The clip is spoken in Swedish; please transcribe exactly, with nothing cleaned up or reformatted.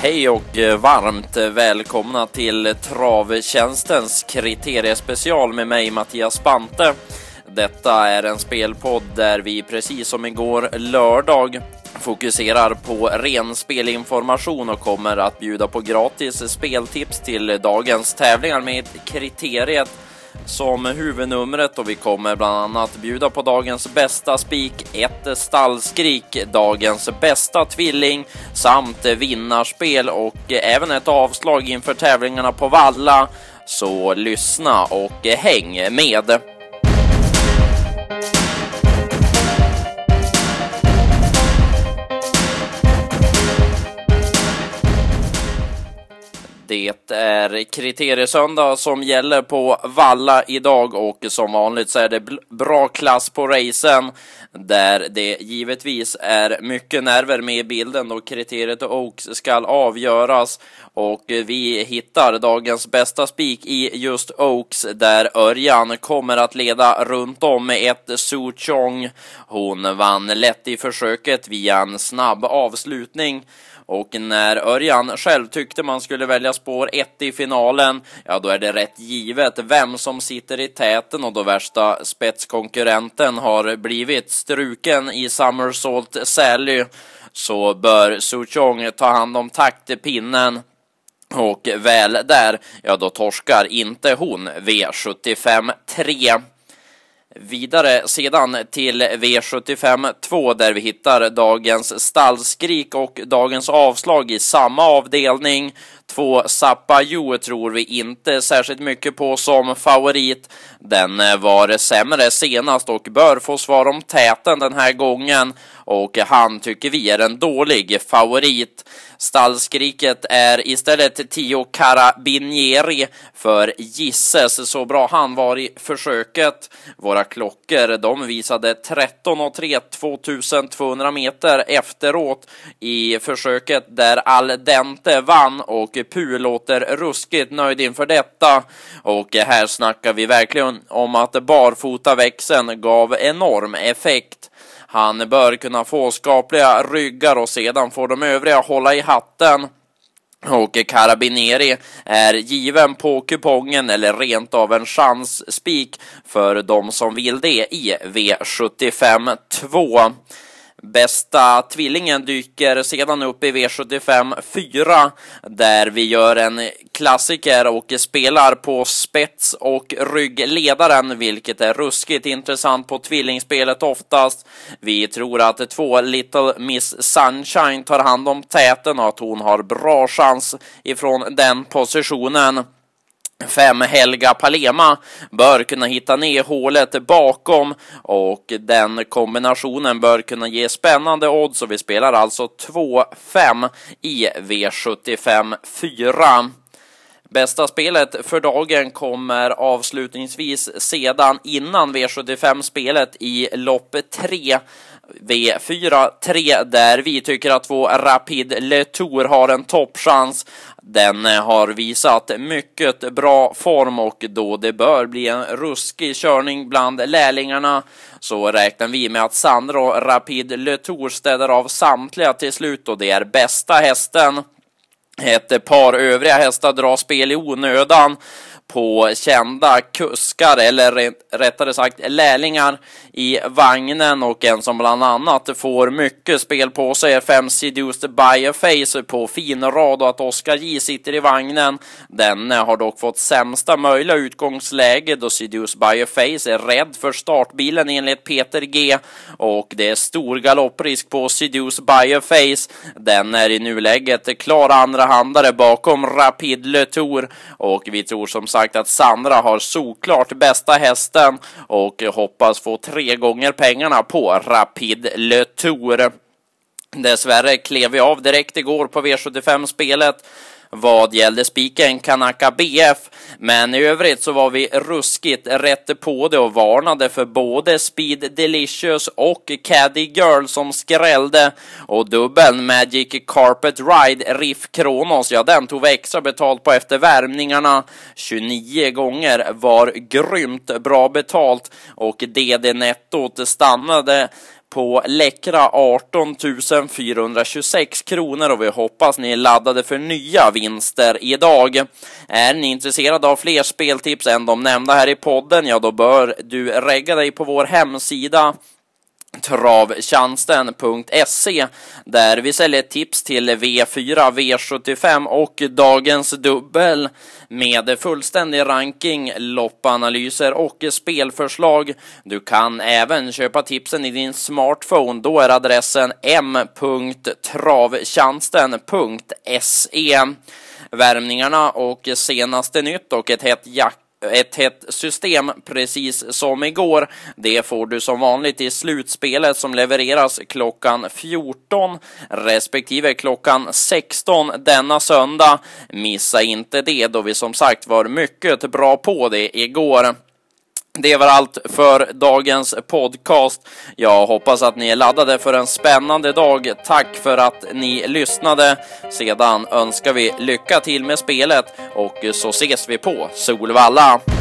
Hej och varmt välkomna till Travtjänstens kriteriespecial med mig Mattias Spante. Detta är en spelpodd där vi precis som igår lördag fokuserar på ren spelinformation och kommer att bjuda på gratis speltips till dagens tävlingar med kriteriet som huvudnumret, och vi kommer bland annat bjuda på dagens bästa spik, ett stallskrik, dagens bästa tvilling samt vinnarspel och även ett avslag inför tävlingarna på Valla. Så lyssna och häng med! Det är kriteriesöndag som gäller på Valla idag, och som vanligt så är det bra klass på racen där det givetvis är mycket nerver med i bilden då kriteriet Oaks ska avgöras, och vi hittar dagens bästa spik i just Oaks där Örjan kommer att leda runt om med ett Su Chong. Hon vann lätt i försöket via en snabb avslutning. Och när Örjan själv tyckte man skulle välja spår ett i finalen, ja då är det rätt givet vem som sitter i täten, och då värsta spetskonkurrenten har blivit struken i Somersault Sally så bör Su Chong ta hand om taktpinnen. Och väl där, ja då torskar inte hon V sjuttiofem tre. Vidare sedan till V sjuttiofem två där vi hittar dagens stallskrik och dagens avslag i samma avdelning. Två Sapayu tror vi inte särskilt mycket på som favorit. Den var sämre senast och bör få svar om täten den här gången, och han tycker vi är en dålig favorit. Stallskriket är istället tio Carabinieri för Gisses, så bra han var i försöket. Våra klockor de visade tretton och tre tvåtusentvåhundra meter efteråt i försöket där Al Dente vann, och Pu låter ruskigt nöjd inför detta. Och här snackar vi verkligen om att barfotaväxeln gav enorm effekt. Han bör kunna få skapliga ryggar och sedan får de övriga hålla i hatten. Och Carabinieri är given på kupongen eller rent av en chansspik för de som vill det i V sjuttiofem två. Bästa tvillingen dyker sedan upp i V sjuttiofem fyra där vi gör en klassiker och spelar på spets och ryggledaren, vilket är ruskigt intressant på tvillingspelet oftast. Vi tror att två Little Miss Sunshine tar hand om täten och att hon har bra chans ifrån den positionen. Fem Helga Palema bör kunna hitta ner hålet bakom, och den kombinationen bör kunna ge spännande odds, och vi spelar alltså två fem i V sjuttiofem fyra. Bästa spelet för dagen kommer avslutningsvis sedan innan V sjuttiofem-spelet i lopp tre. V fyra tre där vi tycker att två Rapid Le Tour har en toppchans. Den har visat mycket bra form, och då det bör bli en ruskig körning bland lärlingarna så räknar vi med att Sandra och Rapid Le Tour ställer av samtliga till slut, och det är bästa hästen. Ett par övriga hästar drar spel i onödan på kända kuskar, eller rättare sagt lärlingar i vagnen, och en som bland annat får mycket spel på sig är fem Seduced by a Face på fin rad, och att Oscar J sitter i vagnen. Den har dock fått sämsta möjliga utgångsläge då Seduced by a Face är rädd för startbilen enligt Peter G, och det är stor galopprisk på Seduced by a Face. Den är i nuläget klara andra handare bakom Rapid Le Tour, och vi tror som sagt att Sandra har såklart bästa hästen och hoppas få tre gånger pengarna på Rapid Le Tour. Dessvärre klev vi av direkt igår på V sjuttiofem-spelet vad gällde spiken Kanaka B F, men i övrigt så var vi ruskigt rätt på det och varnade för både Speed Delicious och Caddy Girl som skrällde, och dubbeln Magic Carpet Ride Riff Kronos, ja den tog vi extra betalt på efter värmningarna. tjugonio gånger var grymt bra betalt, och D D nettot stannade på läckra arton tusen fyrahundratjugosex kronor, och vi hoppas ni är laddade för nya vinster idag. Är ni intresserade av fler speltips än de nämnda här i podden, ja då bör du regga dig på vår hemsida travtjänsten punkt se, där vi säljer tips till V fyra, V sjuttiofem och dagens dubbel med fullständig ranking, loppanalyser och spelförslag. Du kan även köpa tipsen i din smartphone. Då är adressen m punkt travtjänsten punkt se. Värmningarna och senaste nytt och ett hett jack Ett hett system precis som igår. Det får du som vanligt i slutspelet som levereras klockan fjorton respektive klockan sexton denna söndag. Missa inte det, då vi som sagt var mycket bra på det igår. Det var allt för dagens podcast. Jag hoppas att ni är laddade för en spännande dag. Tack för att ni lyssnade. Sedan önskar vi lycka till med spelet och så ses vi på Solvalla.